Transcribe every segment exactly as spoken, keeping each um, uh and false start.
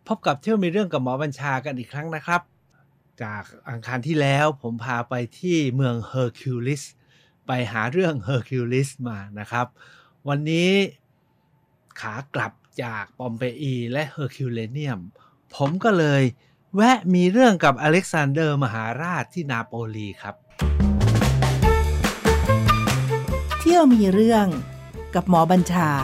พบกับเที่ยวมีเรื่องกับหมอบัญชากันอีกครั้งนะครับจากอังคารที่แล้วผมพาไปที่เมืองเฮอร์คิวลิสไปหาเรื่องเฮอร์คิวลิสมานะครับวันนี้ขากลับจากปอมเปอีและเฮอร์คิวเลเนียมผมก็เลยแวะมีเรื่องกับอเล็กซานเดอร์มหาราชที่นาโปลีครับเที่ยวมีเรื่องกับหมอบัญชา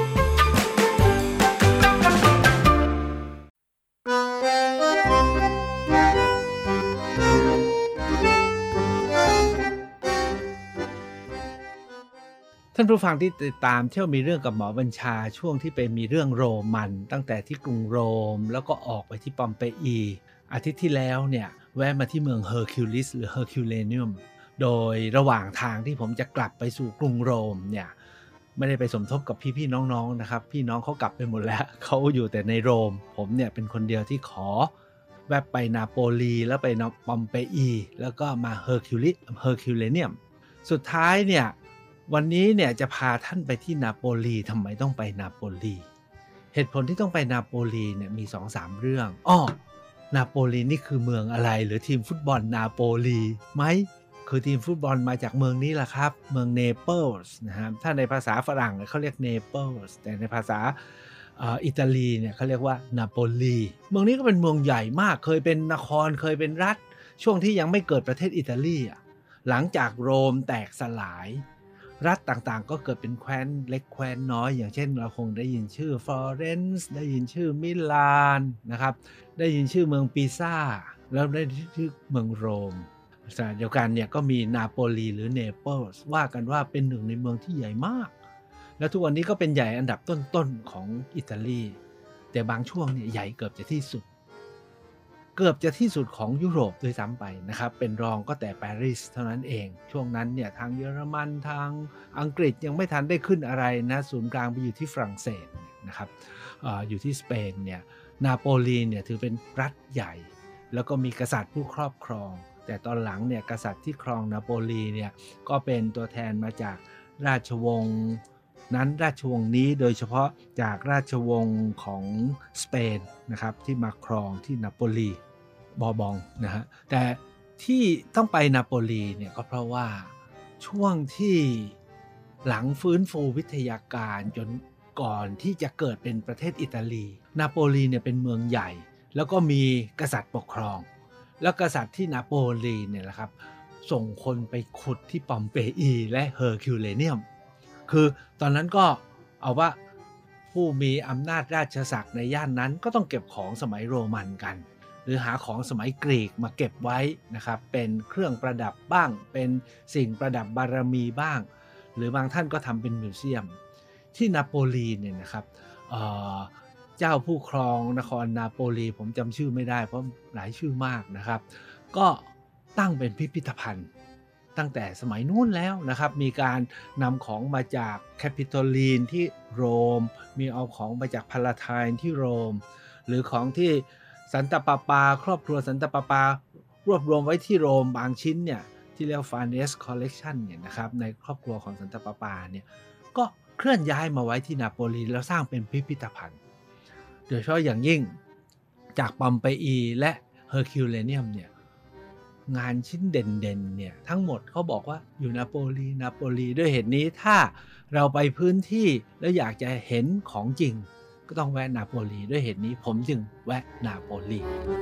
ท่านผู้ฟังที่ติดตามเที่ยวมีเรื่องกับหมอบัญชาช่วงที่ไปมีเรื่องโรมันตั้งแต่ที่กรุงโรมแล้วก็ออกไปที่ปอมเปอีอาทิตย์ที่แล้วเนี่ยแวะมาที่เมืองเฮอร์คิวลิสหรือเฮอร์คิวเลเนียมโดยระหว่างทางที่ผมจะกลับไปสู่กรุงโรมเนี่ยไม่ได้ไปสมทบกับพี่ๆน้องๆนะครับพี่น้องเขากลับไปหมดแล้วเขาอยู่แต่ในโรมผมเนี่ยเป็นคนเดียวที่ขอแวะไปนาโปลีแล้วไปปอมเปอีแล้วก็มาเฮอร์คิวลิสเฮอร์คิวเลเนียมสุดท้ายเนี่ยวันนี้เนี่ยจะพาท่านไปที่นาโปลีทำไมต้องไปนาโปลีเหตุผลที่ต้องไปนาโปลีเนี่ยมี สองสาม เรื่องอ้อนาโปลีนี่คือเมืองอะไรหรือทีมฟุตบอลนาโปลีไหมคือทีมฟุตบอลมาจากเมืองนี้แหละครับเมืองเนเปิลส์นะครับถ้าในภาษาฝรั่งเขาเรียกเนเปิลส์แต่ในภาษาอิตาลีเนี่ยเขาเรียกว่านาโปลีเมืองนี้ก็เป็นเมืองใหญ่มากเคยเป็นนครเคยเป็นรัฐช่วงที่ยังไม่เกิดประเทศอิตาลีอ่ะหลังจากโรมแตกสลายรัฐต่างๆก็เกิดเป็นแคว้นเล็กแคว้นน้อยอย่างเช่นเราคงได้ยินชื่อฟลอเรนซ์ได้ยินชื่อมิลานนะครับได้ยินชื่อเมืองปิซ่าแล้วได้ชื่อเมืองโรมขณะเดียวกันเนี่ยก็มีนาโปลีหรือเนเปิลส์ว่ากันว่าเป็นหนึ่งในเมืองที่ใหญ่มากแล้วทุกวันนี้ก็เป็นใหญ่อันดับต้นๆของอิตาลีแต่บางช่วงเนี่ยใหญ่เกือบจะที่สุดเกือบจะที่สุดของยุโรปด้วยซ้ำไปนะครับเป็นรองก็แต่ปารีสเท่านั้นเองช่วงนั้นเนี่ยทางเยอรมันทางอังกฤษยังไม่ทันได้ขึ้นอะไรนะศูนย์กลางไปอยู่ที่ฝรั่งเศสนะครับ อ, อยู่ที่สเปนเนี่ยนาโปลีเนี่ยถือเป็นรัฐใหญ่แล้วก็มีกษัตริย์ผู้ครอบครองแต่ตอนหลังเนี่ยกษัตริย์ที่ครองนาโปลีเนี่ยก็เป็นตัวแทนมาจากราชวงศ์นั้นราชวงศ์นี้โดยเฉพาะจากราชวงศ์ของสเปนนะครับที่มาครองที่นาโปลีบอร์บองนะฮะแต่ที่ต้องไปนาโปลีเนี่ยก็เพราะว่าช่วงที่หลังฟื้นฟูวิทยาการจนก่อนที่จะเกิดเป็นประเทศอิตาลีนาโปลีเนี่ยเป็นเมืองใหญ่แล้วก็มีกษัตริย์ปกครองแล้วกษัตริย์ที่นาโปลีเนี่ยแหละครับส่งคนไปขุดที่ปอมเปอีและเฮอร์คิวเลเนียมคือตอนนั้นก็เอาว่าผู้มีอำนาจราชศักดิ์ในย่านนั้นก็ต้องเก็บของสมัยโรมันกันหรือหาของสมัยกรีกมาเก็บไว้นะครับเป็นเครื่องประดับบ้างเป็นสิ่งประดับบารมีบ้างหรือบางท่านก็ทำเป็นมิวเซียมที่นาโปลีเนี่ยนะครับเอ่อเจ้าผู้ครองนครนาโปลีผมจำชื่อไม่ได้เพราะหลายชื่อมากนะครับก็ตั้งเป็นพิพิธภัณฑ์ตั้งแต่สมัยนู้นแล้วนะครับมีการนำของมาจากแคปิโตลีนที่โรมมีเอาของมาจากพาลาไทน์ที่โรมหรือของที่สันตะปาปาครอบครัวสันตะปาปารวบรวมไว้ที่โรมบางชิ้นเนี่ยที่เรียก Farnese Collection เนี่ยนะครับในครอบครัวของสันตะปาปาเนี่ยก็เคลื่อนย้ายมาไว้ที่นาโปลีแล้วสร้างเป็นพิพิธภัณฑ์โดยเฉพาะอย่างยิ่งจากปอมเปอีและเฮอร์คิวเลเนียมเนี่ยงานชิ้นเด่นๆเนี่ยทั้งหมดเขาบอกว่าอยู่นาโปลีนาโปลีด้วยเหตุนี้ถ้าเราไปพื้นที่แล้วอยากจะเห็นของจริงก็ต้องแวะนาโปลีด้วยเหตุนี้ผมจึงแวะนาโปลี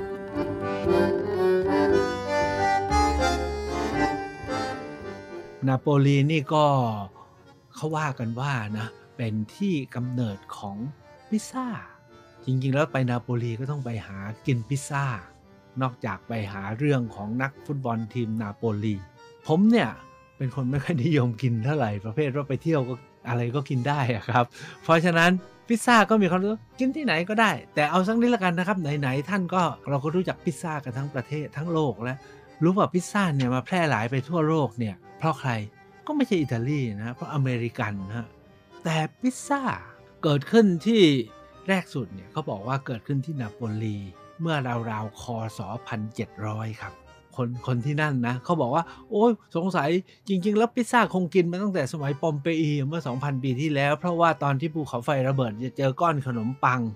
นาโปลีนี่ก็เขาว่ากันว่านะเป็นที่กำเนิดของพิซซ่าจริงๆแล้วไปนาโปลีก็ต้องไปหากินพิซซ่านอกจากไปหาเรื่องของนักฟุตบอลทีมนาโปลีผมเนี่ยเป็นคนไม่ค่อยนิยมกินเท่าไหร่ประเภทว่าไปเที่ยวก็อะไรก็กินได้อะครับเพราะฉะนั้นพิซซ่าก็มีความรู้กินที่ไหนก็ได้แต่เอาสักนิดละกันนะครับไหนๆท่านก็เราก็รู้จักพิซซ่ากันทั้งประเทศทั้งโลกแล้วรู้ว่าพิซซ่าเนี่ยมาแพร่หลายไปทั่วโลกเนี่ยเพราะใครก็ไม่ใช่อิตาลีนะเพราะอเมริกันนะแต่พิซซ่าเกิดขึ้นที่แรกสุดเนี่ยเขาบอกว่าเกิดขึ้นที่นาโปลีเมื่อราวๆคศหนึ่งพันเจ็ดร้อยครับคนคนที่นั่นนะเขาบอกว่าโอ้ยสงสัยจริงๆแล้วพิซซ่าคงกินมาตั้งแต่สมัยปอมเปอีเมื่อ สองพัน ปีที่แล้วเพราะว่าตอนที่ภูเขาไฟระเบิดจะเจอก้อนขนมปัง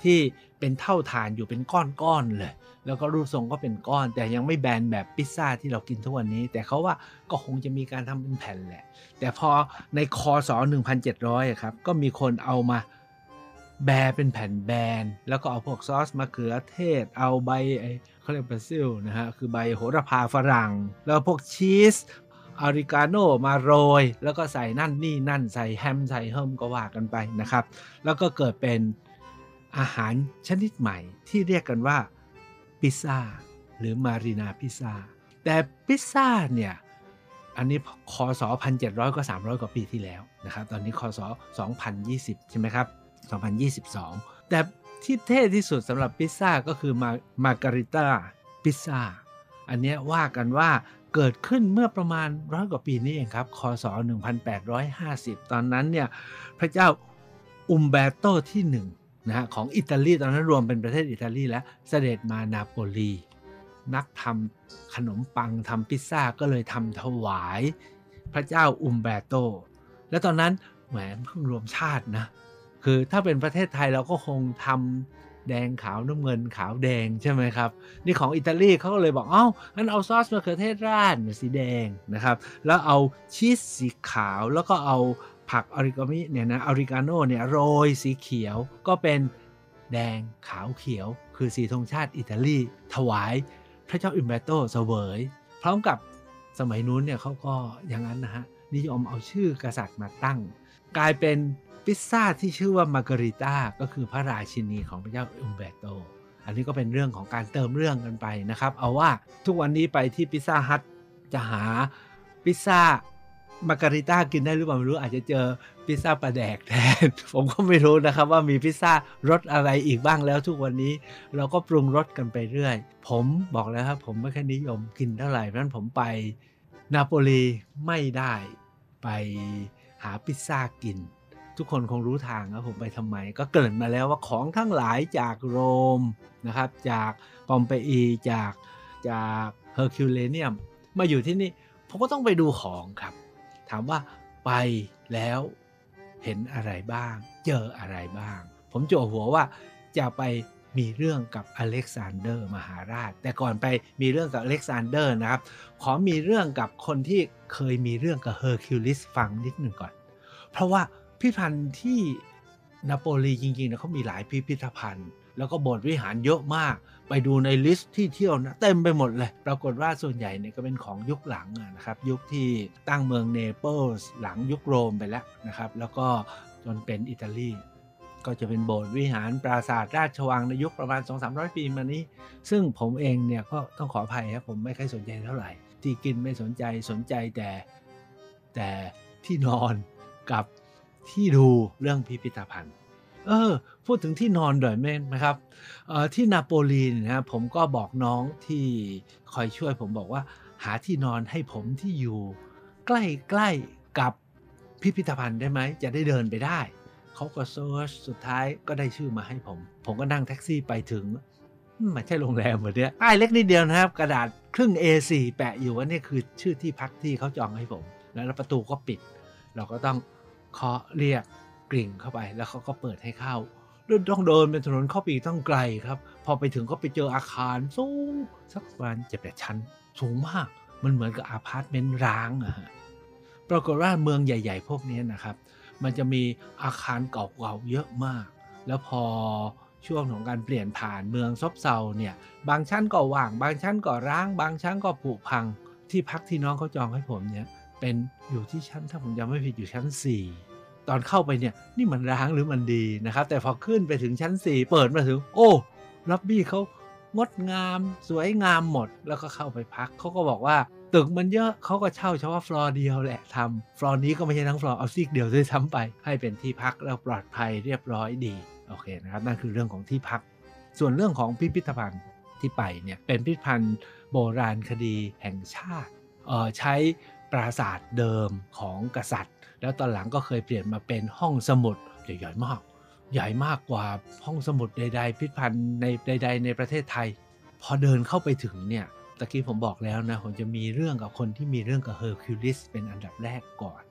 ที่เป็นเท่าฐานอยู่เป็นก้อนๆเลยแล้วก็รูปทรงก็เป็นก้อนแต่ยังไม่แบนแบบพิซซ่าที่เรากินทุกวันนี้แต่เขาว่าก็คงจะมีการทำเป็นแผ่นแหละแต่พอในคศหนึ่งพันเจ็ดร้อยครับก็มีคนเอามาแบร์เป็นแผ่นแบนแล้วก็เอาพวกซอสมะเขือเทศเอาใบไอ้เขาเรียกบราซิลนะฮะคือใบโหระพาฝรั่งแล้วพวกชีสออริกาโนมาโรยแล้วก็ใส่นั่นนี่นั่นใส่แฮมใส่เฮิมก็ว่ากันไปนะครับแล้วก็เกิดเป็นอาหารชนิดใหม่ที่เรียกกันว่าพิซซ่าหรือมารีนาพิซซ่าแต่พิซซ่าเนี่ยอันนี้คศหนึ่งพันเจ็ดร้อยก็สามร้อยกว่าปีที่แล้วนะครับตอนนี้คศสองพันยี่สิบใช่ไหมครับสองพันยี่สิบสองแต่ที่เท่ที่สุดสำหรับพิซซ่าก็คือมามาการิต้าพิซซ่าอันนี้ว่ากันว่าเกิดขึ้นเมื่อประมาณร้อยกว่าปีนี้เองครับคศหนึ่งพันแปดร้อยห้าสิบตอนนั้นเนี่ยพระเจ้าอุมเบโตที่หนึ่งนะฮะของอิตาลีตอนนั้นรวมเป็นประเทศอิตาลีแล้วเสด็จมานาโปลีนักทำขนมปังทำพิซซ่าก็เลยทำถวายพระเจ้าอุมเบโตแล้วตอนนั้นแหมเพิ่งรวมชาตินะคือถ้าเป็นประเทศไทยเราก็คงทำแดงขาวน้ำเงินขาวแดงใช่ไหมครับนี่ของอิตาลีเขาก็เลยบอกเอ้างั้นเอาซอสมะเขือเทศราดสีแดงนะครับแล้วเอาชีสสีขาวแล้วก็เอาผักออริกามิเนี่ยนะออริกาโนเนี่ยโรยสีเขียวก็เป็นแดงขาวเขียวคือสีธงชาติอิตาลีถวายพระเจ้าอุมเบโตเสวยพร้อมกับสมัยนู้นเนี่ยเขาก็อย่างนั้นนะฮะนิยมเอาชื่อกษัตริย์มาตั้งกลายเป็นพิซซ่าที่ชื่อว่ามาการิต้าก็คือพระราชินีของพระเจ้าอุมเบโตอันนี้ก็เป็นเรื่องของการเติมเรื่องกันไปนะครับเอาว่าทุกวันนี้ไปที่พิซซ่าฮัทจะหาพิซซ่ามาการิต้ากินได้หรือเปล่าไม่รู้อาจจะเจอพิซซ่าปลาแดกแทน ผมก็ไม่รู้นะครับว่ามีพิซซ่ารสอะไรอีกบ้างแล้วทุกวันนี้เราก็ปรุงรสกันไปเรื่อยผมบอกแล้วครับผมไม่ค่อยนิยมกินเท่าไหร่เพราะฉะนั้นผมไปนาโปลีไม่ได้ไปหาพิซซ่ากินทุกคนคงรู้ทางครับผมไปทำไมก็เกริ่นมาแล้วว่าของทั้งหลายจากโรมนะครับจากปอมเปอีจากจากเฮอร์คิวเลเนียมมาอยู่ที่นี่ผมก็ต้องไปดูของครับถามว่าไปแล้วเห็นอะไรบ้างเจออะไรบ้างผมโจหัวว่าจะไปมีเรื่องกับอเล็กซานเดอร์มหาราชแต่ก่อนไปมีเรื่องกับอเล็กซานเดอร์นะครับขอมีเรื่องกับคนที่เคยมีเรื่องกับเฮอร์คิวลิสฟังนิดหนึ่งก่อนเพราะว่าพิพิธภัณฑ์ที่นาโปลีจริงๆนะเขามีหลายพิพิธภัณฑ์แล้วก็โบสถ์วิหารเยอะมากไปดูในลิสต์ที่เที่ยวนะเต็มไปหมดเลยปรากฏว่าส่วนใหญ่เนี่ยก็เป็นของยุคหลังนะครับยุคที่ตั้งเมืองเนเปิลส์หลังยุคโรมไปแล้วนะครับแล้วก็จนเป็นอิตาลีก็จะเป็นโบสถ์วิหารปราสาทราชวังในยุคประมาณ สองถึงสามร้อย ปีมานี้ซึ่งผมเองเนี่ยก็ต้องขออภัยครับผมไม่ค่อยสนใจเท่าไหร่ที่กินไม่สนใจสนใจแต่แต่ที่นอนกับที่ดูเรื่องพิพิธภัณฑ์เออพูดถึงที่นอนหน่อยไหมครับเอ่อที่นาโปลีนะผมก็บอกน้องที่คอยช่วยผมบอกว่าหาที่นอนให้ผมที่อยู่ใกล้ๆกับพิพิธภัณฑ์ได้ไหมจะได้เดินไปได้เขาก็เซิร์ชสุดท้ายก็ได้ชื่อมาให้ผมผมก็นั่งแท็กซี่ไปถึงไม่ใช่โรงแรมเหมือนเนี้ยป้ายเล็กนิดเดียวนะครับกระดาษครึ่ง เอ โฟร์ แปะอยู่ว่านี่คือชื่อที่พักที่เขาจองให้ผมแล้วประตูก็ปิดเราก็ต้องเคาะเรียกกริ่งเข้าไปแล้วเขาก็เปิดให้เข้าต้องเดินเป็นถนนเข้าไปต้องไกลครับพอไปถึงก็ไปเจออาคารสูงสักประมาณเจ็ดแปดชั้นสูงมากมันเหมือนกับอพาร์ตเมนต์ร้างอะฮะปรากฏว่าเมืองใหญ่ๆพวกนี้นะครับมันจะมีอาคารเก่าๆเยอะมากแล้วพอช่วงของการเปลี่ยนผ่านเมืองซบเซาเนี่ยบางชั้นก็ว่างบางชั้นก็ร้างบางชั้นก็ผุพังที่พักที่น้องเขาจองให้ผมเนี่ยเป็นอยู่ที่ชั้นถ้าผมจำไม่ผิดอยู่ชั้นสี่ตอนเข้าไปเนี่ยนี่มันร้างหรือมันดีนะครับแต่พอขึ้นไปถึงชั้นสี่เปิดมาถึงโอ้ล็อบบี้เขางดงามสวยงามหมดแล้วก็เข้าไปพักเขาก็บอกว่าตึกมันเยอะเขาก็เช่าเฉพาะฟลอร์เดียวแหละทำฟลอร์นี้ก็ไม่ใช่ทั้งฟลอร์เอาซีกเดียวด้วยซ้ำไปให้เป็นที่พักแล้วปลอดภัยเรียบร้อยดีโอเคนะครับนั่นคือเรื่องของที่พักส่วนเรื่องของพิพิธภัณฑ์ที่ไปเนี่ยเป็นพิพิธภัณฑ์โบราณคดีแห่งชาติเอ่อใช้ปราสาทเดิมของกษัตริย์แล้วตอนหลังก็เคยเปลี่ยนมาเป็นห้องสมุดใหญ่ๆมากใหญ่มากกว่าห้องสมุดใดๆพิพิธภัณฑ์ในใดๆในประเทศไทยพอเดินเข้าไปถึงเนี่ยตะกี้ผมบอกแล้วนะผมจะมีเรื่องกับคนที่มีเรื่องกับเฮอร์คิวลิสเป็นอันดับแรกก่อน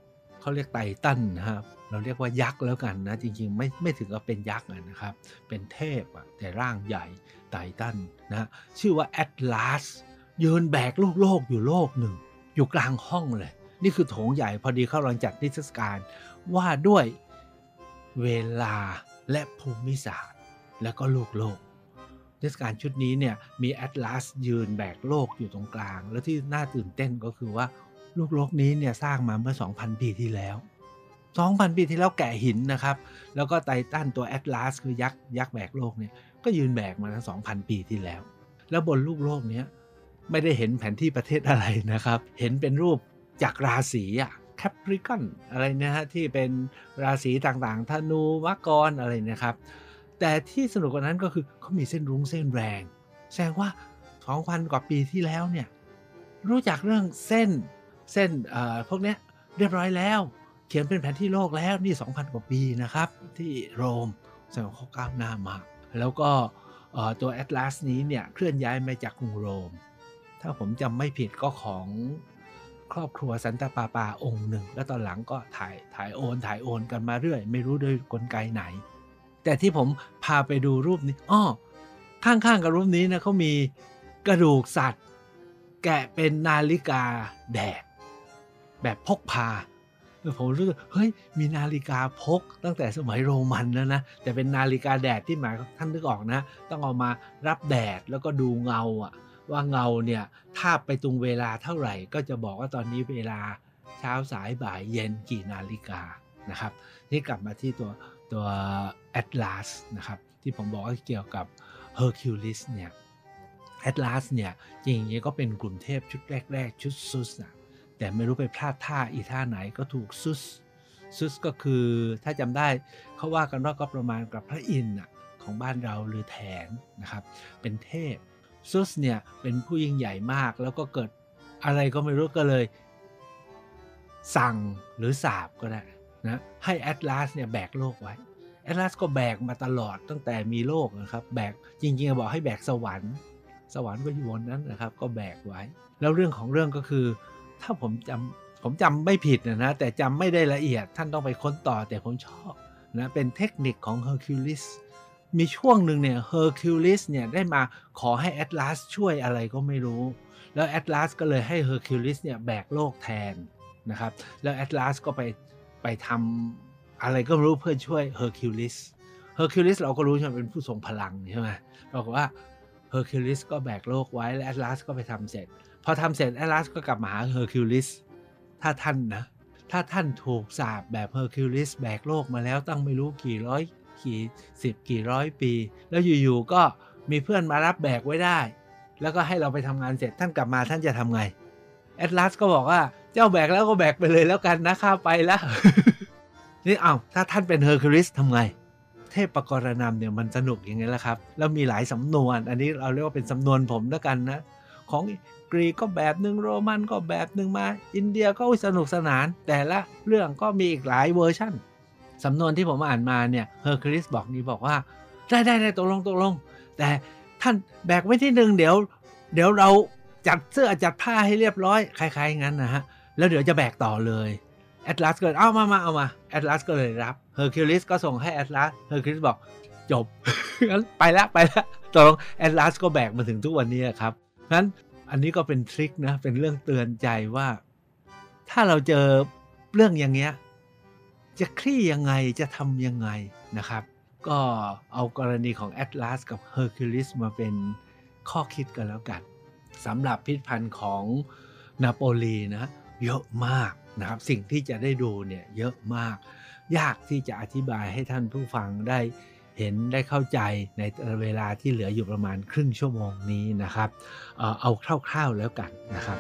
เขาเรียกไททันนะครับเราเรียกว่ายักษ์แล้วกันนะจริงๆไม่ไม่ถึงกับเป็นยักษ์นะครับเป็นเทพแต่ร่างใหญ่ไททันนะชื่อว่าแอตลาสยืนแบกลูกโลกอยู่โลกหนึ่งอยู่กลางห้องเลยนี่คือโถงใหญ่พอดีเขากำลังจัดนิทรรศการว่าด้วยเวลาและภูมิศาสตร์และก็ลูกโลกนิทรรศการชุดนี้เนี่ยมีแอตลาสยืนแบกโลกอยู่ตรงกลางแล้วที่น่าตื่นเต้นก็คือว่าลูกโลกนี้เนี่ยสร้างมาเมื่อ สองพัน ปีที่แล้ว สองพัน ปีที่แล้วแกะหินนะครับแล้วก็ไททันตัวแอตลาสคือยักษ์ยักษ์แบกโลกเนี่ยก็ยืนแบกมาทั้ง สองพัน ปีที่แล้วแล้วบนลูกโลกนี้ไม่ได้เห็นแผนที่ประเทศอะไรนะครับเห็นเป็นรูปจากราศีอะแคปริคอนอะไรนะฮะที่เป็นราศีต่างๆธนูมังกรอะไรนะครับแต่ที่สนุกกว่านั้นก็คือเขามีเส้นรุ้งเส้นแรงแสดงว่า สองพัน กว่าปีที่แล้วเนี่ยรู้จักเรื่องเส้นเส้นเอ่อพวกเนี้ยเรียบร้อยแล้วเขียนเป็นแผนที่โลกแล้วนี่ สองพัน กว่าปีนะครับที่โรมแสดงว่าเขาก้าวหน้ามากแล้วก็ตัวแอตลาสนี้เนี่ยเคลื่อนย้ายมาจากกรุงโรมถ้าผมจำไม่ผิดก็ของครอบครัวซันตาปาปาองค์หนึ่งแล้วตอนหลังก็ถ่ายถ่ายโอนถ่ายโอนกันมาเรื่อยไม่รู้ด้วยกลไกไหนแต่ที่ผมพาไปดูรูปนี้อ้อข้างๆกับรูปนี้นะเขามีกระดูกสัตว์แกะเป็นนาฬิกาแดดแบบพกพาผมรู้สึกเฮ้ยมีนาฬิกาพกตั้งแต่สมัยโรมันแล้วนะแต่เป็นนาฬิกาแดดที่หมายท่านนึกออกนะต้องเอามารับแดดแล้วก็ดูเงาอะว่าเงาเนี่ยถ้าไปตรงเวลาเท่าไหร่ก็จะบอกว่าตอนนี้เวลาเช้าสายบ่ายเย็นกี่นาฬิกานะครับนี่กลับมาที่ตัวตัวแอตลาสนะครับที่ผมบอกว่าเกี่ยวกับเฮอร์คิวลิสเนี่ยแอตลาสเนี่ยจริงๆก็เป็นกลุ่มเทพชุดแรกๆชุดซุสนะแต่ไม่รู้ไปพลาดท่าอีท่าไหนก็ถูกซุสซุสก็คือถ้าจำได้เขาว่ากันว่าก็ประมาณกับพระอินทร์ของบ้านเราหรือแถนนะครับเป็นเทพซุสเนี่ยเป็นผู้ยิ่งใหญ่มากแล้วก็เกิดอะไรก็ไม่รู้ก็เลยสั่งหรือสาปก็ได้นะให้แอตลาสเนี่ยแบกโลกไว้แอตลาสก็แบกมาตลอดตั้งแต่มีโลกนะครับแบกจริงๆบอกให้แบกสวรรค์สวรรค์ก็อยู่บนนั้นนะครับก็แบกไว้แล้วเรื่องของเรื่องก็คือถ้าผมจำผมจำไม่ผิดนะนะแต่จำไม่ได้ละเอียดท่านต้องไปค้นต่อแต่ผมชอบนะเป็นเทคนิคของเฮอร์คิวลิสมีช่วงหนึ่งเนี่ยเฮอร์คิวลิสเนี่ยได้มาขอให้แอตลาสช่วยอะไรก็ไม่รู้แล้วแอตลาสก็เลยให้เฮอร์คิวลิสเนี่ยแบกโลกแทนนะครับแล้วแอตลาสก็ไปไปทำอะไรก็ไม่รู้เพื่อช่วยเฮอร์คิวลิสเฮอร์คิวลิสเราก็รู้ใช่ไหมเป็นผู้ทรงพลังใช่ไหมบอกว่าเฮอร์คิวลิสก็แบกโลกไว้และแอตลาสก็ไปทำเสร็จพอทำเสร็จแอตลาสก็กลับมาหาเฮอร์คิวลิสถ้าท่านนะถ้าท่านถูกสาปแบบเฮอร์คิวลิสแบกโลกมาแล้วตั้งไม่รู้กี่ร้อยกี่สิบกี่ร้อยปีแล้วอยู่ๆก็มีเพื่อนมารับแบกไว้ได้แล้วก็ให้เราไปทำงานเสร็จท่านกลับมาท่านจะทำไงแอตลาสก็บอกว่าเจ้าแบกแล้วก็แบกไปเลยแล้วกันนะข้าไปแล้ว นี่เอาถ้าท่านเป็นเฮอร์คิวลิสทำไงเทพกรณำเนี่ยมันสนุกอย่างนี้แหละครับแล้วมีหลายสำนวนอันนี้เราเรียกว่าเป็นสำนวนผมแล้วกันนะของกรีกก็แบบหนึ่งโรมันก็แบบหนึ่งมาอินเดียก็สนุกสนานแต่ละเรื่องก็มีอีกหลายเวอร์ชั่นสำนวนที่ผมอ่านมาเนี่ยเฮอร์คิวลิสบอกนี่บอกว่าได้ได้ได้ตกลงตกลงแต่ท่านแบกไว้ที่หนึ่งเดี๋ยวเดี๋ยวเราจัดเสื้อจัดผ้าให้เรียบร้อยคล้ายๆงั้นนะฮะแล้วเดี๋ยวจะแบกต่อเลยแอตลาสก็เอามามาเอามาแอตลาสก็เลยรับเฮอร์คิวลิสก็ส่งให้แอตลาสเฮอร์คิวลิสบอกจบ งั้นไปละไปละตกลงแอตลาสก็แบกมาถึงทุกวันนี้ครับงั้นอันนี้ก็เป็นทริคนะเป็นเรื่องเตือนใจว่าถ้าเราเจอเรื่องอย่างเงี้ยจะคลี่ยังไงจะทำยังไงนะครับก็เอากรณีของแอตลาสกับเฮอร์คิวลิสมาเป็นข้อคิดกันแล้วกันสำหรับพิพิธภัณฑ์ของนาโปลีนะเยอะมากนะครับสิ่งที่จะได้ดูเนี่ยเยอะมากยากที่จะอธิบายให้ท่านผู้ฟังได้เห็นได้เข้าใจในเวลาที่เหลืออยู่ประมาณครึ่งชั่วโมงนี้นะครับ เอ่อ เอาคร่าวๆแล้วกันนะครับ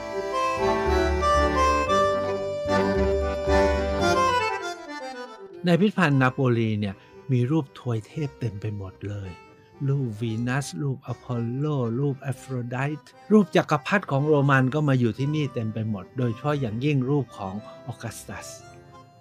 ในพิพิธภัณฑ์นาโปลีเนี่ยมีรูปทวยเทพเต็มไปหมดเลยรูปวีนัสรูปอพอลโลรูปแอฟโรไดต์รูปจักรพรรดิของโรมันก็มาอยู่ที่นี่เต็มไปหมดโดยเฉพาะอย่างยิ่งรูปของออกัสตัส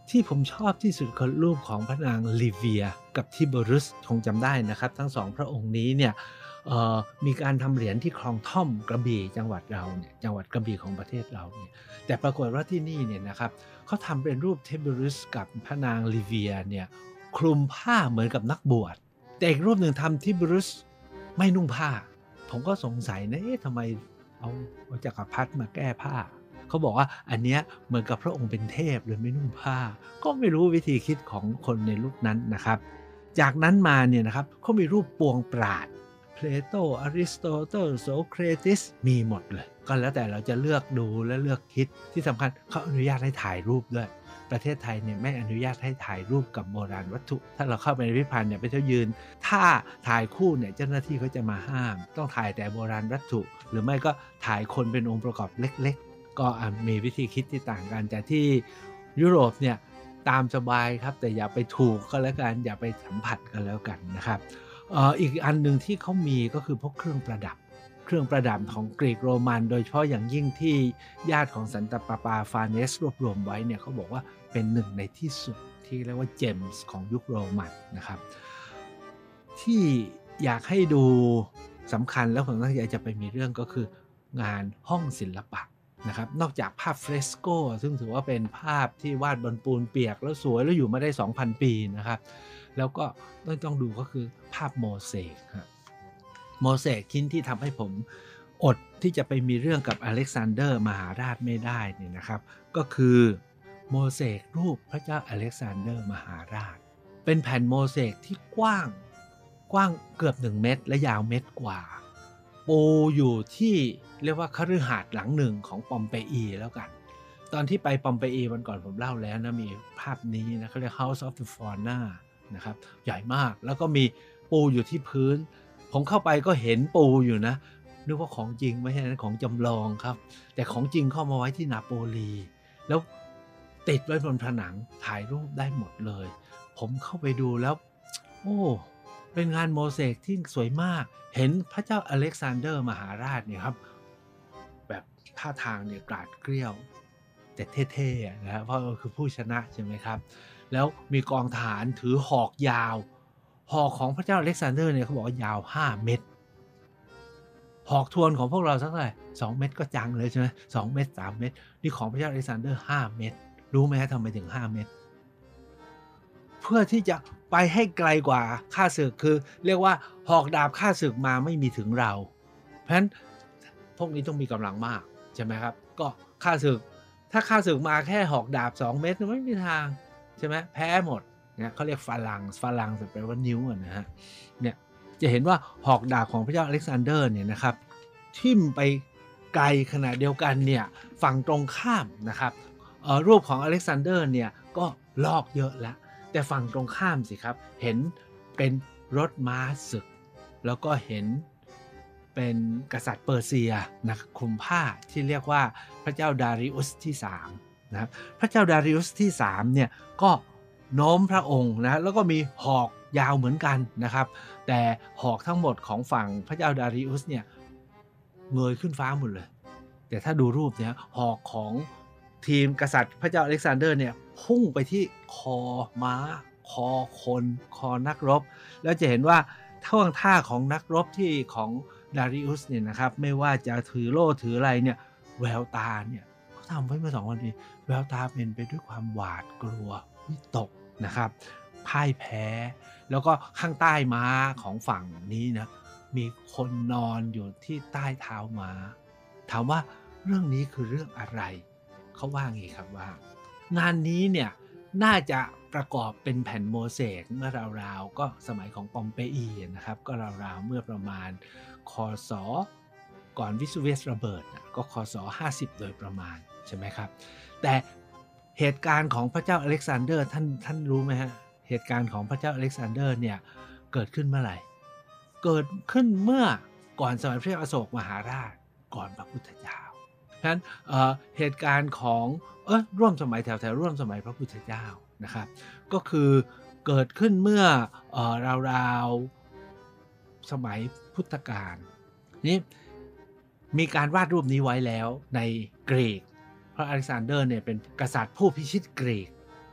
ที่ผมชอบที่สุดคือรูปของพระนางลิเวียกับทิเบอรุสคงจำได้นะครับทั้งสองพระองค์นี้เนี่ยเอ่อมีการทำเหรียญที่คลองท่อมกระบี่จังหวัดเราเนี่ยจังหวัดกระบี่ของประเทศเราเนี่ยแต่ปรากฏว่าที่นี่เนี่ยนะครับเขาทำเป็นรูปทิเบอรุสกับพระนางลิเวียเนี่ยคลุมผ้าเหมือนกับนักบวชแต่อีกรูปหนึ่งทำทิเบอรุสไม่นุ่งผ้าผมก็สงสัยนะเอ๊ะทำไมเอาเอาจักรพรรดิมาแก้ผ้าเขาบอกว่าอันเนี้ยเหมือนกับพระองค์เป็นเทพเลยไม่นุ่งผ้าก็ไม่รู้วิธีคิดของคนในยุคนั้นนะครับจากนั้นมาเนี่ยนะครับเขามีรูปปวงปราชญ์เพลโตอริสโตเติลโสเครติสมีหมดเลยก็แล้วแต่เราจะเลือกดูและเลือกคิดที่สำคัญเขาอนุญาตให้ถ่ายรูปด้วยประเทศไทยเนี่ยไม่อนุญาตให้ถ่ายรูปกับโบราณวัตถุถ้าเราเข้าไปในพิพิธภัณฑ์เนี่ยไปเที่ยวยืนถ้าถ่ายคู่เนี่ยเจ้าหน้าที่เขาจะมาห้ามต้องถ่ายแต่โบราณวัตถุ หรือไม่ก็ถ่ายคนเป็นองค์ประกอบเล็กๆก็มีวิธีคิดที่ต่างกันแต่ที่ยุโรปเนี่ยตามสบายครับแต่อย่าไปถูกก็แล้วกันอย่าไปสัมผัสกันแล้วกันนะครับเอ่ออีกอันหนึ่งที่เขามีก็คือพวกเครื่องประดับเครื่องประดับของกรีกโรมันโดยเฉพาะอย่างยิ่งที่ญาติของสันตะปาปาฟาเนสรวบรวมไว้เนี่ยเขาบอกว่าเป็นหนึ่งในที่สุดที่เรียกว่าเจมส์ของยุคโรมันนะครับที่อยากให้ดูสำคัญแล้วผมตั้งใจจะไปมีเรื่องก็คืองานห้องศิลปะนะครับนอกจากภาพเฟรสโกซึ่งถือว่าเป็นภาพที่วาดบนปูนเปียกแล้วสวยแล้วอยู่มาได้ สองพัน ปีนะครับแล้วก็ต้องต้องดูก็คือภาพโมเสกครับโมเสกชิ้นที่ทำให้ผมอดที่จะไปมีเรื่องกับอเล็กซานเดอร์มหาราชไม่ได้เนี่ยนะครับก็คือโมเสกรูปพระเจ้าอเล็กซานเดอร์มหาราชเป็นแผ่นโมเสกที่กว้างกว้างเกือบหนึ่งเมตรและยาวเมตรกว่าปูอยู่ที่เรียกว่าคฤหาสน์หลังหนึ่งของปอมเปอีแล้วกันตอนที่ไปปอมเปอีวันก่อนผมเล่าแล้วนะมีภาพนี้นะเขาเรียก House of the Fauna นะครับใหญ่มากแล้วก็มีปูอยู่ที่พื้นผมเข้าไปก็เห็นปูอยู่นะนึกว่าของจริงไม่ใช่นั้นของจำลองครับแต่ของจริงเข้ามาไว้ที่นาโปลีแล้วติดไว้บนผนังถ่ายรูปได้หมดเลยผมเข้าไปดูแล้วโอ้เป็นงานโมเสกที่สวยมากเห็นพระเจ้าอเล็กซานเดอร์มหาราชเนี่ยครับแบบท่าทางเนี่ยกราดเกรี้ยวแต่เท่ๆนะครับเพราะคือผู้ชนะใช่ไหมครับแล้วมีกองทหารถือหอกยาวหอกของพระเจ้าอเล็กซานเดอร์เนี่ยเขาบอกว่ายาวห้าเมตรหอกทวนของพวกเราสักเท่าไหร่สองเมตรก็จังเลยใช่ไหมสองเมตรสามเมตรนี่ของพระเจ้าอเล็กซานเดอร์ห้าเมตรรู้ไหมฮะทำไมถึงห้าเมตรเพื่อที่จะไปให้ไกลกว่าข้าศึกคือเรียกว่าหอกดาบข้าศึกมาไม่มีถึงเราเพราะฉะนั้นพวกนี้ต้องมีกำลังมากใช่ไหมครับก็ข้าศึกถ้าข้าศึกมาแค่หอกดาบสองเมตรไม่มีทางใช่ไหมแพ้หมดเนี่ยเขาเรียกฟาลังฟาลังแปลว่านิ้วนะฮะเนี่ยจะเห็นว่าหอกดาบของพระเจ้าอเล็กซานเดอร์เนี่ยนะครับทิ่มไปไกลขนาดเดียวกันเนี่ยฝั่งตรงข้ามนะครับเอ่อรูปของอเล็กซานเดอร์เนี่ยก็ลอกเยอะแล้วแต่ฝั่งตรงข้ามสิครับเห็นเป็นรถม้าศึกแล้วก็เห็นเป็นกษัตริย์เปอร์เซียนะคลุมผ้าที่เรียกว่าพระเจ้าดาริอุสที่สามนะครับพระเจ้าดาริอุสที่สามเนี่ยก็โน้มพระองค์นะแล้วก็มีหอกยาวเหมือนกันนะครับแต่หอกทั้งหมดของฝั่งพระเจ้าดาริอุสเนี่ยเงยขึ้นฟ้าหมดเลยแต่ถ้าดูรูปเนี่ยหอกของทีมกษัตริย์พระเจ้าอเล็กซานเดอร์เนี่ยพุ่งไปที่คอม้าคอคนคอนักรบแล้วจะเห็นว่าท่วงท่าของนักรบที่ของดาริอุสเนี่ยนะครับไม่ว่าจะถือโล่ถืออะไรเนี่ยแววตาเนี่ยเขาทำไว้เมื่อสองวันนี้แววตาเป็นไปด้วยความหวาดกลัววิตกนะครับพ่ายแพ้แล้วก็ข้างใต้ม้าของฝั่งนี้นะมีคนนอนอยู่ที่ใต้เท้าม้าถามว่าเรื่องนี้คือเรื่องอะไรเขาว่าไงครับว่างานนี้เนี่ยน่าจะประกอบเป็นแผ่นโมเสกเมื่อราวๆก็สมัยของปอมเปอีนะครับก็ราวๆเมื่อประมาณคศก่อนวิสุเวียสระเบิดก็คศห้าสิบโดยประมาณใช่ไหมครับแต่เหตุการณ์ของพระเจ้าอเล็กซานเดอร์ท่านท่านรู้ไหมฮะเหตุการณ์ของพระเจ้าอเล็กซานเดอร์เนี่ยเกิดขึ้นเมื่อไหร่เกิดขึ้นเมื่อก่อนสมัยพระเจ้าอโศกมหาราชก่อนพระพุทธเจ้าเพราะฉะนั้น เอ่อ เหตุการณ์ของเออร่วมสมัยแถวๆร่วมสมัยพระพุทธเจ้านะครับก็คือเกิดขึ้นเมื่อเอ่อราวๆสมัยพุทธกาลนี่มีการวาดรูปนี้ไว้แล้วในกรีกพระอเล็กซานเดอร์เนี่ยเป็นกษัตริย์ผู้พิชิตกรีก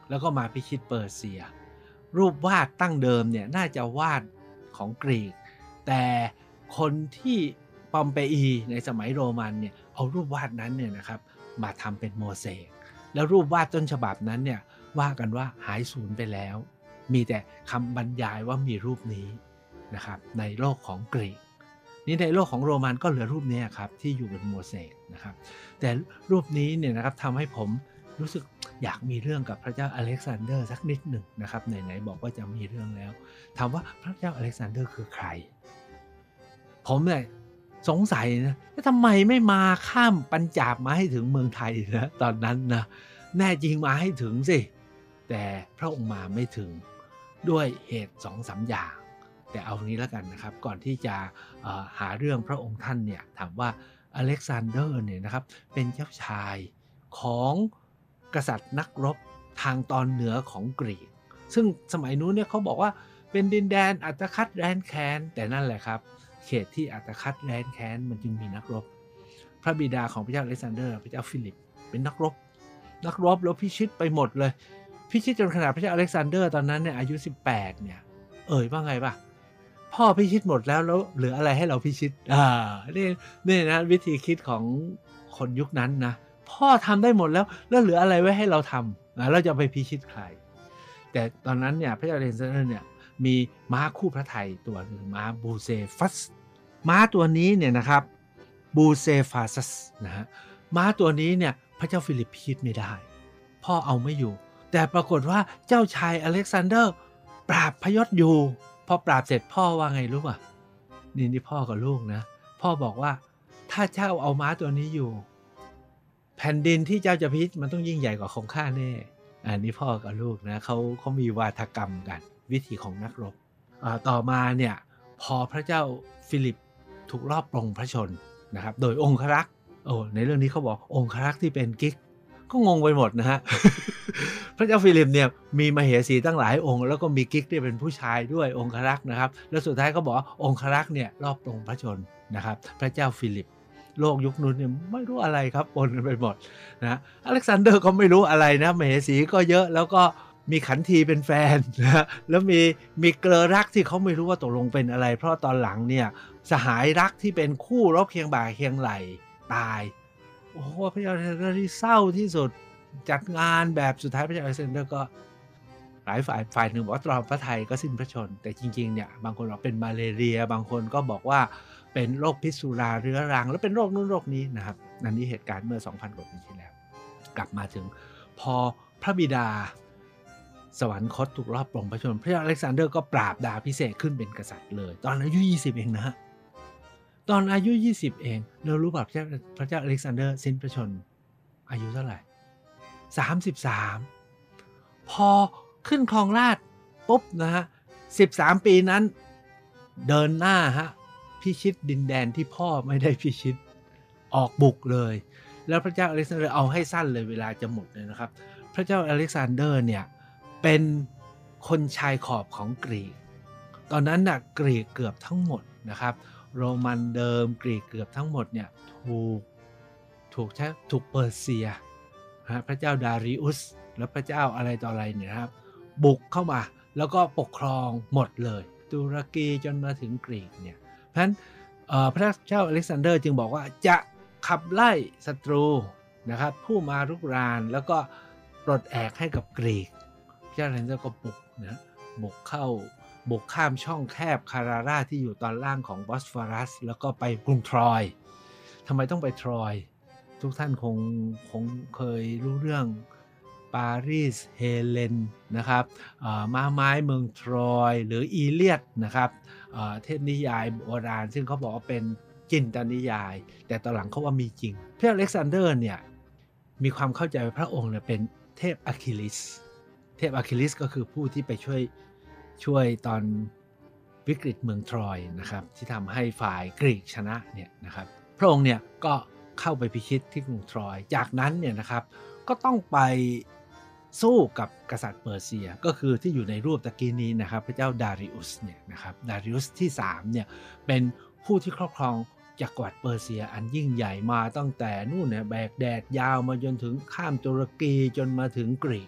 แล้วก็มาพิชิตเปอร์เซียรูปวาดตั้งเดิมเนี่ยน่าจะวาดของกรีกแต่คนที่ปอมเปอีในสมัยโรมันเนี่ยเอารูปวาดนั้นเนี่ยนะครับมาทำเป็นโมเสกแล้วรูปวาดต้นฉบับนั้นเนี่ยว่ากันว่าหายสูญไปแล้วมีแต่คำบรรยายว่ามีรูปนี้นะครับในโลกของกรีกนี่ในโลกของโรมันก็เหลือรูปนี้ครับที่อยู่บนโมเสกนะครับแต่รูปนี้เนี่ยนะครับทำให้ผมรู้สึกอยากมีเรื่องกับพระเจ้าอเล็กซานเดอร์สักนิดหนึ่งนะครับไหนๆบอกว่าจะมีเรื่องแล้วถามว่าพระเจ้าอเล็กซานเดอร์คือใครผมเนี่ยสงสัยนะทำไมไม่มาข้ามปัญจาบมาให้ถึงเมืองไทยนะตอนนั้นนะแน่จริงมาให้ถึงสิแต่พระองค์มาไม่ถึงด้วยเหตุสองสามอย่างแต่เอางี้แล้วกันนะครับก่อนที่จะหาเรื่องพระองค์ท่านเนี่ยถามว่าอเล็กซานเดอร์เนี่ยนะครับเป็นเจ้าชายของกษัตริย์นักรบทางตอนเหนือของกรีกซึ่งสมัยนู้นเนี่ยเขาบอกว่าเป็นดินแดนอัตคัดแรนแคนแต่นั่นแหละครับเขตที่อัตคัดแรนแคนมันจึงมีนักรบพระบิดาของพระเจ้าอเล็กซานเดอร์พระเจ้าฟิลิปเป็นนักรบนักรบแล้วพิชิตไปหมดเลยพิชิตจนขนาดพระเจ้าอเล็กซานเดอร์ตอนนั้นเนี่ยอายุสิบแปดเนี่ยเอ่ยว่าไงป่ะพ่อพิชิตหมดแล้วแล้วเหลืออะไรให้เราพิชิตอ่านี่นี่นะวิธีคิดของคนยุคนั้นนะพ่อทำได้หมดแล้วแล้วเหลืออะไรไว้ให้เราทำนะเราจะไปพิชิตใครแต่ตอนนั้นเนี่ยพระเจ้าอเล็กซานเดอร์เนี่ยมีม้าคู่พระทัยตัวหนึ่งม้าบูเซฟัสม้าตัวนี้เนี่ยนะครับบูเซฟาซัสนะฮะม้าตัวนี้เนี่ยพระเจ้าฟิลิปพิชิตไม่ได้พ่อเอาไม่อยู่แต่ปรากฏว่าเจ้าชายอเล็กซานเดอร์ปราบพยศอยู่พอปราบเสร็จพ่อว่าไงรู้ป่ะนี่นี่พ่อกับลูกนะพ่อบอกว่าถ้าเจ้าเอาม้าตัวนี้อยู่แผ่นดินที่เจ้าจะพิชิตมันต้องยิ่งใหญ่กว่าของข้าแน่อันนี้พ่อกับลูกนะเขาเขามีวาทกรรมกันวิธีของนักรบต่อมาเนี่ยพอพระเจ้าฟิลิปถูกลอบปลงพระชนนะครับโดยองครักษ์โอ้ในเรื่องนี้เขาบอกองครักษ์ที่เป็นกิ๊กก็งงไปหมดนะฮะ พระเจ้าฟิลิปเนี่ยมีมเหสีตั้งหลายองค์แล้วก็มีกิ๊กที่เป็นผู้ชายด้วยองครักษ์นะครับแล้วสุดท้ายก็บอกองครักษ์เนี่ยรอบปลงพระชนนะครับพระเจ้าฟิลิปโลกยุคนู้นเนี่ยไม่รู้อะไรครับปนกันไปหมดนะอเล็กซานเดอร์ก็ไม่รู้อะไรนะมเหสีก็เยอะแล้วก็มีขันทีเป็นแฟนนะแล้วมีมีเกลอรักที่เขาไม่รู้ว่าตกลงเป็นอะไรเพราะตอนหลังเนี่ยสหายรักที่เป็นคู่รบเคียงบ่าเคียงไหลตายโอ้โหพระเจ้าอเล็กซานเดอร์ที่เศร้าที่สุดจัดงานแบบสุดท้ายพระเจ้าอเล็กซานเดอร์ก็หลายฝ่ายฝ่ายหนึ่งบอกว่าตรอมพระทัยก็สิ้นพระชนแต่จริงๆเนี่ยบางคนบอกเป็นมาเลเรียบางคนก็บอกว่าเป็นโรคพิษสุราเรื้อรังแล้วเป็นโรคนู้นโรคนี้นะครับนั่นนี่เหตุการณ์เมื่อ สองพัน กว่าปีที่แล้วกลับมาถึงพอพระบิดาสวรรคตถูกรอบปลงพระชนพระเจ้าอเล็กซานเดอร์ก็ปราบดาพิเศษขึ้นเป็นกษัตริย์เลยตอนอายุยี่สิบเองนะฮะตอนอายุยี่สิบเองเรารู้ป่ะพระเจ้าพระเจ้าอเล็กซานเดอร์สิ้นพระชนอายุเท่าไหร่สามสิบสามพอขึ้นครองราชย์ปุ๊บนะฮะสิบสามปีนั้นเดินหน้าฮะพิชิตดินแดนที่พ่อไม่ได้พิชิตออกบุกเลยแล้วพระเจ้าอเล็กซานเดอร์เอาให้สั้นเลยเวลาจะหมดเลยนะครับพระเจ้าอเล็กซานเดอร์เนี่ยเป็นคนชายขอบของกรีกตอนนั้นน่ะกรีกเกือบทั้งหมดนะครับโรมันเดิมกรีกเกือบทั้งหมดเนี่ยถูกถูกใช้ถูกเปอร์เซียพระเจ้าดาริอุสและพระเจ้าอะไรต่ออะไรเนี่ยครับบุกเข้ามาแล้วก็ปกครองหมดเลยตุรกีจนมาถึงกรีกเนี่ยเพราะฉะนั้นพระเจ้าอเล็กซานเดอร์จึงบอกว่าจะขับไล่ศัตรูนะครับผู้มารุกรานแล้วก็ปลดแอกให้กับกรีกพระเจ้าอเล็กซานเดอร์ก็บุกนะบุกเข้าบุกข้ามช่องแคบคาราราที่อยู่ตอนล่างของบอสฟอรัสแล้วก็ไปกรุงทรอยทำไมต้องไปทรอยทุกท่านคงคงเคยรู้เรื่องปารีสเฮเลนนะครับม้าไม้เมืองทรอยหรืออีเลียดนะครับเทพนิยายโบราณซึ่งเขาบอกว่าเป็นจินตนิยายแต่ตอนหลังเขาว่ามีจริงพระอเล็กซานเดอร์เนี่ยมีความเข้าใจว่าพระองค์เนี่ยเป็นเทพอะคิลิสเทพอะคิลิสก็คือผู้ที่ไปช่วยช่วยตอนวิกฤตเมืองทรอยนะครับที่ทำให้ฝ่ายกรีกชนะเนี่ยนะครับพระองค์เนี่ยก็เข้าไปพิชิตที่กรุงทรอยจากนั้นเนี่ยนะครับก็ต้องไปสู้กับกษัตริย์เปอร์เซียก็คือที่อยู่ในรูปตะกี้นี้นะครับพระเจ้าดาริอุสเนี่ยนะครับดาริอุสที่สามเนี่ยเป็นผู้ที่ครอบครองจักรวรรดิเปอร์เซียอันยิ่งใหญ่มาตั้งแต่นู่นเนี่ยแบกแดดยาวมาจนถึงข้ามตุรกีจนมาถึงกรีก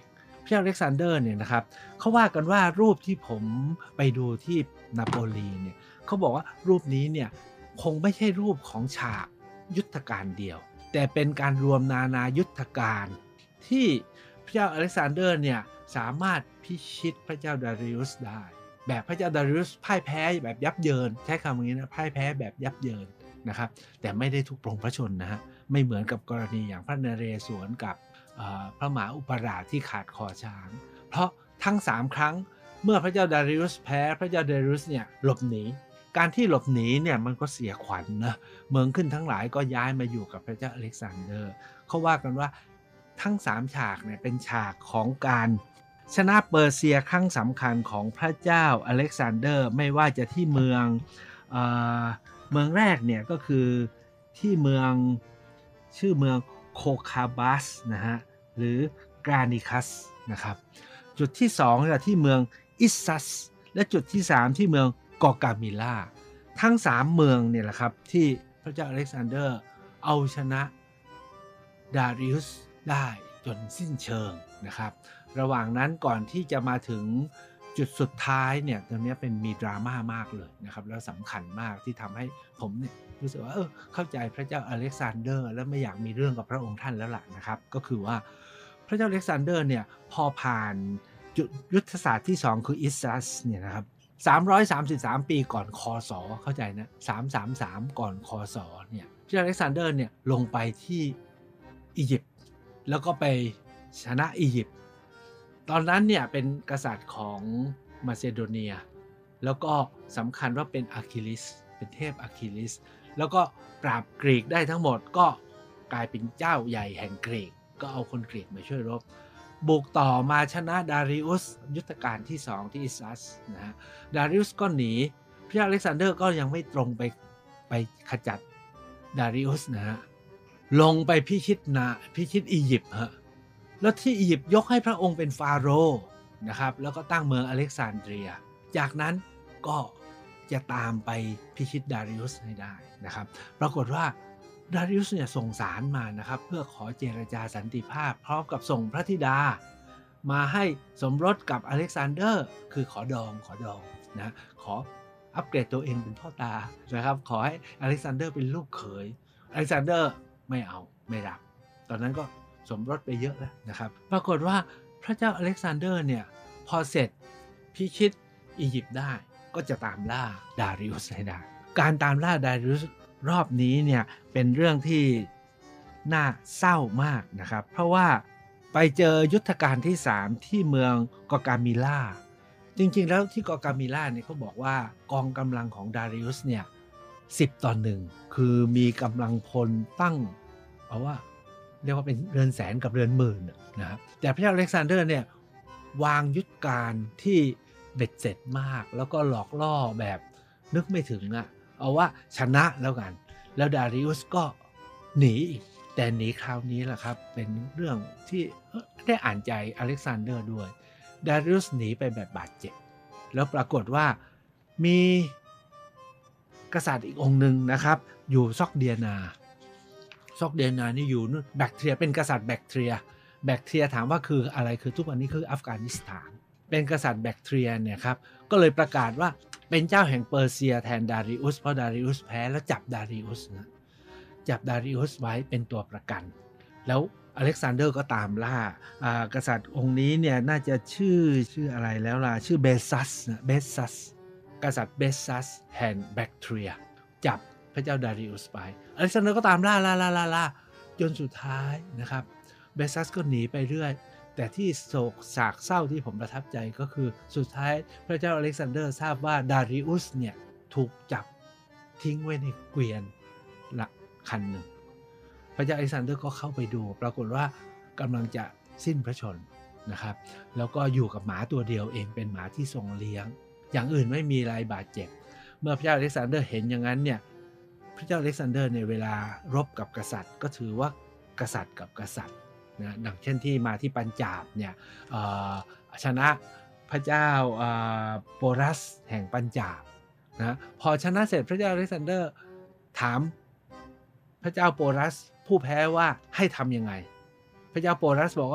พระเจ้าอเล็กซานเดอร์เนี่ยนะครับเขาว่ากันว่ารูปที่ผมไปดูที่นาโปลีเนี่ยเขาบอกว่ารูปนี้เนี่ยคงไม่ใช่รูปของฉากยุทธการเดียวแต่เป็นการรวมนานายุทธการที่พระเจ้าอเล็กซานเดอร์เนี่ยสามารถพิชิตพระเจ้าดาริอุสได้แบบพระเจ้าดาริอุสพ่ายแพ้แบบยับเยินใช้คำอย่างนี้นะพ่ายแพ้แบบยับเยินนะครับแต่ไม่ได้ถูกปลงพระชนนะฮะไม่เหมือนกับกรณีอย่างพระนเรศวรกับพระมหาอุปราชที่ขาดคอช้างเพราะทั้งสามครั้งเมื่อพระเจ้าดาริอุสแพ้พระเจ้าดาริอุสเนี่ยหลบหนีการที่หลบหนีเนี่ยมันก็เสียขวัญ นะเมืองขึ้นทั้งหลายก็ย้ายมาอยู่กับพระเจ้าอเล็กซานเดอร์เขาว่ากันว่าทั้งสามฉากเนี่ยเป็นฉากของการชนะเปอร์เซียครั้งสำคัญของพระเจ้าอเล็กซานเดอร์ไม่ว่าจะที่เมืองเอ่อเมืองแรกเนี่ยก็คือที่เมืองชื่อเมืองโคคาบัสนะฮะหรือกรานิคัสนะครับจุดที่สองเนี่ยที่เมืองอิสซัสและจุดที่สามที่เมืองกอกามิล่าทั้งสามเมืองเนี่ยแหละครับที่พระเจ้าอเล็กซานเดอร์เอาชนะดาริอุสได้จนสิ้นเชิงนะครับระหว่างนั้นก่อนที่จะมาถึงจุดสุดท้ายเนี่ยตรงนี้เป็นมีดราม่ามากเลยนะครับแล้วสำคัญมากที่ทำให้ผมเนี่ยรู้สึกว่าเออเข้าใจพระเจ้าอเล็กซานเดอร์แล้วไม่อยากมีเรื่องกับพระองค์ท่านแล้วล่ะนะครับก็คือว่าพระเจ้าอเล็กซานเดอร์เนี่ยพอผ่านจุดยุทธศาสตร์ที่สองคืออิสซัสเนี่ยนะครับสามร้อยสามสิบสามปีก่อนคศเข้าใจนะสามร้อยสามสิบสามก่อนคศเนี่ยพระเจ้าอเล็กซานเดอร์เนี่ยลงไปที่อียิปต์แล้วก็ไปชนะอียิปต์ตอนนั้นเนี่ยเป็นกษัตริย์ของมาซิโดเนียแล้วก็สำคัญว่าเป็นอะคิลิสเป็นเทพอะคิลิสแล้วก็ปราบกรีกได้ทั้งหมดก็กลายเป็นเจ้าใหญ่แห่งกรีกก็เอาคนกรีกมาช่วยรบบุกต่อมาชนะดาริอุสยุทธการที่สองที่อิสซัสนะฮะดาริอุสก็หนีพระเจ้าอเล็กซานเดอร์ก็ยังไม่ตรงไปไปขจัดดาริอุสนะฮะลงไปพิชิตนาพิชิตอียิปต์ฮะแล้วที่อียิปต์ยกให้พระองค์เป็นฟาโรห์นะครับแล้วก็ตั้งเมืองอเล็กซานเดรียจากนั้นก็จะตามไปพิชิตดาริอุสให้ได้นะครับปรากฏว่าดาริอุสเนี่ยส่งสารมานะครับเพื่อขอเจรจาสันติภาพพร้อมกับส่งพระธิดามาให้สมรสกับอเล็กซานเดอร์คือขอดองขอดองนะขออัปเกรดตัวเองเป็นพ่อตานะครับขอให้อเล็กซานเดอร์เป็นลูกเขยอเล็กซานเดอร์ไม่เอาไม่รับตอนนั้นก็สมรสไปเยอะแล้วนะครับปรากฏว่าพระเจ้าอเล็กซานเดอร์เนี่ยพอเสร็จพิชิตอียิปต์ได้ก็จะตามล่าดาริอุสให้ได้การตามล่าดาริอุสรอบนี้เนี่ยเป็นเรื่องที่น่าเศร้ามากนะครับเพราะว่าไปเจอยุทธการที่สามที่เมืองกอกามิล่าจริงๆแล้วที่กอกามิล่าเนี่ยเขาบอกว่ากองกำลังของดาริอุสเนี่ยสิบต่อหนึ่งคือมีกำลังพลตั้งเอาว่าเรียกว่าเป็นเรือนแสนกับเรือนหมื่นนะครับแต่พระเจ้าอเล็กซานเดอร์เนี่ยวางยุทธการที่เบ็ดเสร็จมากแล้วก็หลอกล่อแบบนึกไม่ถึงอะเอาว่าชนะแล้วกันแล้วดาริอุสก็หนีอีกแต่หนีคราวนี้แหละครับเป็นเรื่องที่ได้อ่านใจอเล็กซานเดอร์ด้วยดาริอุสหนีไปแบบบาดเจ็บแล้วปรากฏว่ามีกษัตริย์อีกองค์หนึ่งนะครับอยู่ซอกเดียนาซอกเดียนานี่อยู่นู่นแบคทีเรียเป็นกษัตริย์แบคทีเรียแบคทีเรียถามว่าคืออะไรคือทุกวันนี้คืออัฟกานิสถานเป็นกษัตริย์แบคทีเรียเนี่ยครับก็เลยประกาศว่าเป็นเจ้าแห่งเปอร์เซียแทนดาริอุสเพราะดาริอุสแพ้แล้วจับดาริอุสนะจับดาริอุสไว้เป็นตัวประกันแล้วอเล็กซานเดอร์ก็ตามล่ากษัตริย์องค์นี้เนี่ยน่าจะชื่อชื่ออะไรแล้วล่ะชื่อเบซัสนะเบซัสกษัตริย์เบซัสแห่งแบคทีเรียจับพระเจ้าดาริอุสไปอเล็กซานเดอร์ก็ตามล่าล่าล่าล่าล่าจนสุดท้ายนะครับเบซัสก็หนีไปเรื่อยแต่ที่โศกสากเศร้าที่ผมประทับใจก็คือสุดท้ายพระเจ้าอเล็กซานเดอร์ทราบว่าดาริอุสเนี่ยถูกจับทิ้งไว้ในเกวียนละคันหนึ่งพระเจ้าอเล็กซานเดอร์ก็เข้าไปดูปรากฏว่ากำลังจะสิ้นพระชนนะครับแล้วก็อยู่กับหมาตัวเดียวเองเป็นหมาที่ทรงเลี้ยงอย่างอื่นไม่มีอะไรบาดเจ็บเมื่อพระเจ้าอเล็กซานเดอร์เห็นอย่างนั้นเนี่ยพระเจ้าอเล็กซานเดอร์ในเวลารบกับกษัตริย์ก็ถือว่ากษัตริย์กับกษัตริย์นะดังเช่นที่มาที่ปัญจาบเนี่ยชนะพระเจ้าโปรัสแห่งปัญจาบนะพอชนะเสร็จพระเจ้าอเล็กซานเดอร์ถามพระเจ้าโปรัสผู้แพ้ว่าให้ทำยังไงพระเจ้าโปรัสบอกว่าแ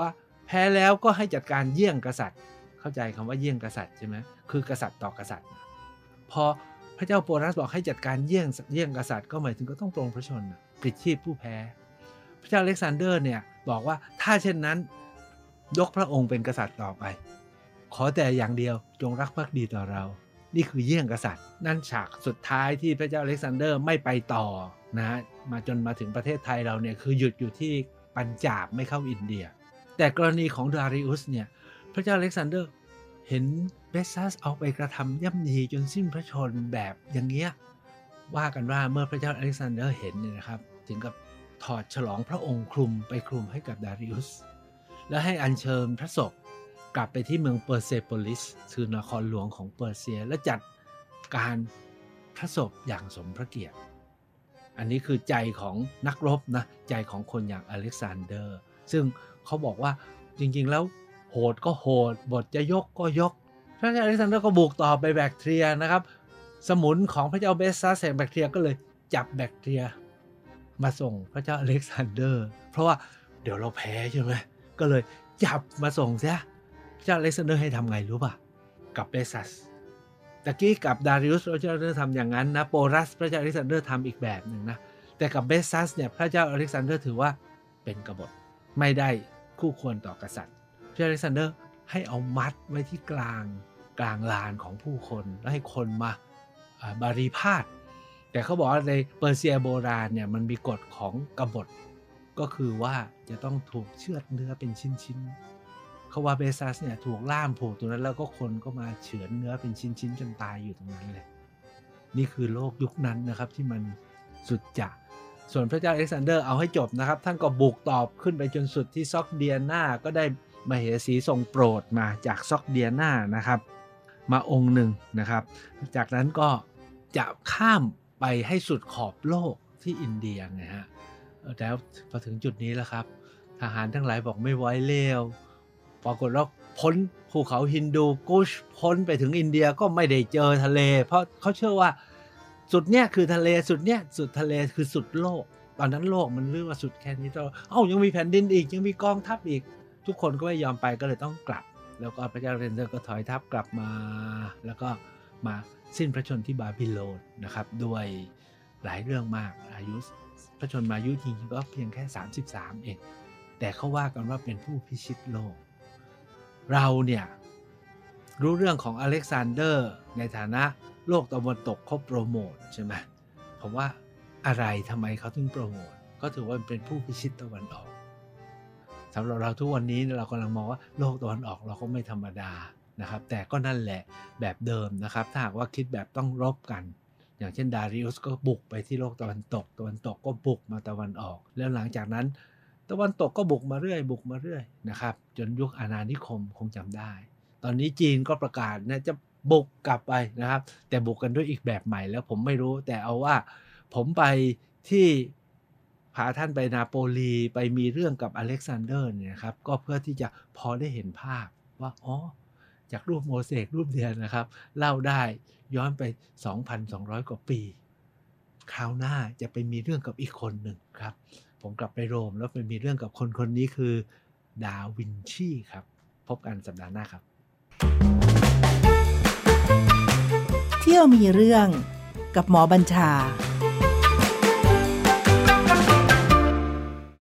แพ้แล้วก็ให้จัดการเยี่ยงกษัตริย์เข้าใจคำว่าเยี่ยงกษัตริย์ใช่ไหมคือกษัตริย์ต่อกษัตริย์พอพระเจ้าโปรัสบอกให้จัดการเยี่ยงเยี่ยงกษัตริย์ก็หมายถึงก็ต้องปรงพระชนปลิดชีพผู้แพ้พระเจ้าอเล็กซานเดอร์เนี่ยบอกว่าถ้าเช่นนั้นยกพระองค์เป็นกษัตริย์ต่อไปขอแต่อย่างเดียวจงรักภักดีต่อเรานี่คือเยี่ยงกษัตริย์นั่นฉากสุดท้ายที่พระเจ้าอเล็กซานเดอร์ไม่ไปต่อนะมาจนมาถึงประเทศไทยเราเนี่ยคือหยุดอยู่ที่ปัญจาบไม่เข้าอินเดียแต่กรณีของดาริอุสเนี่ยพระเจ้าอเล็กซานเดอร์เห็นเบสซัสเอาไปกระทำย่ำยีจนสิ้นพระชนแบบอย่างเงี้ยว่ากันว่าเมื่อพระเจ้าอเล็กซานเดอร์เห็นเนี่ยนะครับถึงกับถอดฉลองพระองค์คลุมไปคลุมให้กับดาริอุสแล้วให้อัญเชิญพระศพกลับไปที่เมืองเปอร์เซโพลิสคือนครหลวงของเปอร์เซียและจัดการพระศพอย่างสมพระเกียรติอันนี้คือใจของนักรบนะใจของคนอย่างอเล็กซานเดอร์ซึ่งเขาบอกว่าจริงๆแล้วโหดก็โหดบทจะยกก็ยกพระเจ้าอเล็กซานเดอร์ก็บุกต่อไปแบคทีเรียนะครับสมุนของพระเจ้าเบสซัสแห่งแบคทีเรียก็เลยจับแบคทีเรียมาส่งพระเจ้าอเล็กซานเดอร์เพราะว่าเดี๋ยวเราแพ้ใช่ไหมก็เลยจับมาส่งเสียพระเจ้าอเล็กซานเดอร์ให้ทำไงรู้ป่ะกับเบสซัสตะกี้กับดาริอุสพระเจ้าอเล็กซานเดอร์ทำอย่างนั้นนะโปรัสพระเจ้าอเล็กซานเดอร์ทำอีกแบบหนึ่งนะแต่กับเบสซัสเนี่ยพระเจ้าอเล็กซานเดอร์ถือว่าเป็นกบฏไม่ได้คู่ควรต่อกษัตริย์พระเจ้าอเล็กซานเดอร์ให้เอามัดไว้ที่กลางกลางลานของผู้คนแล้วให้คนมาบารีพาทแต่เขาบอกว่าในเปอร์เซียโบราณเนี่ยมันมีกฎของกบฏก็คือว่าจะต้องถูกเชือดเนื้อเป็นชิ้นๆเขาว่าเบสซัสเนี่ยถูกล่ามผูกตรงนั้นแล้วก็คนก็มาเฉือนเนื้อเป็นชิ้นๆจนตายอยู่ตรงนั้นเลยนี่คือโลกยุคนั้นนะครับที่มันสุดจะส่วนพระเจ้าอเล็กซานเดอร์เอาให้จบนะครับท่านก็บุกตอบขึ้นไปจนสุดที่ซอกเดียนาก็ได้มเหสีทรงโปรดมาจากซอกเดียนานะครับมาองค์หนึ่งนะครับจากนั้นก็จะข้ามไปให้สุดขอบโลกที่อินเดียไงฮะแล้วพอถึงจุดนี้แล้วครับทหารทั้งหลายบอกไม่ไหวแล้วปรากฏว่าพ้นภูเขาฮินดูกุชพ้นไปถึงอินเดียก็ไม่ได้เจอทะเลเพราะเขาเชื่อว่าสุดเนี้ยคือทะเลสุดเนี้ยสุดทะเลคือสุดโลกตอนนั้นโลกมันเรียกว่าสุดแค่นี้เอ้ายังมีแผ่นดินอีกยังมีกองทัพอีกทุกคนก็ไม่ยอมไปก็เลยต้องกลับแล้วก็พระเจ้าเรนเดอร์ก็ถอยทัพกลับมาแล้วก็มาสิ้นพระชนที่บาบิโลนนะครับด้วยหลายเรื่องมากอายุพระชนมายุจริงๆก็เพียงแค่สามสิบสามเองแต่เขาว่ากันว่าเป็นผู้พิชิตโลกเราเนี่ยรู้เรื่องของอเล็กซานเดอร์ในฐานะโลกตะวันตกเขาโปรโมทใช่ไหมผมว่าอะไรทำไมเขาถึงโปรโมทก็ถือว่าเป็นผู้พิชิตตะวันออกสำหรับเราทุกวันนี้เรากำลังมองว่าโลกตะวันออกเราก็ไม่ธรรมดานะครับแต่ก็นั่นแหละแบบเดิมนะครับถ้าหากว่าคิดแบบต้องรบกันอย่างเช่นดาริอุสก็บุกไปที่โลกตะวันตกตะวันตกก็บุกมาตะวันออกแล้วหลังจากนั้นตะวันตกก็บุกมาเรื่อยบุกมาเรื่อยนะครับจนยุคอาณานิคมคงจำได้ตอนนี้จีนก็ประกาศนะจะบุกกลับไปนะครับแต่บุกกันด้วยอีกแบบใหม่แล้วผมไม่รู้แต่เอาว่าผมไปที่พาท่านไปนาโปลีไปมีเรื่องกับอเล็กซานเดอร์เนี่ยครับก็เพื่อที่จะพอได้เห็นภาพว่าอ๋อจากรูปโมเสกรูปเดียวนะครับเล่าได้ย้อนไป สองพันสองร้อย กว่าปีคราวหน้าจะไปมีเรื่องกับอีกคนหนึ่งครับผมกลับไปโรมแล้วไปมีเรื่องกับคนคนนี้คือดาวินชีครับพบกันสัปดาห์หน้าครับเที่ยวมีเรื่องกับหมอบัญชา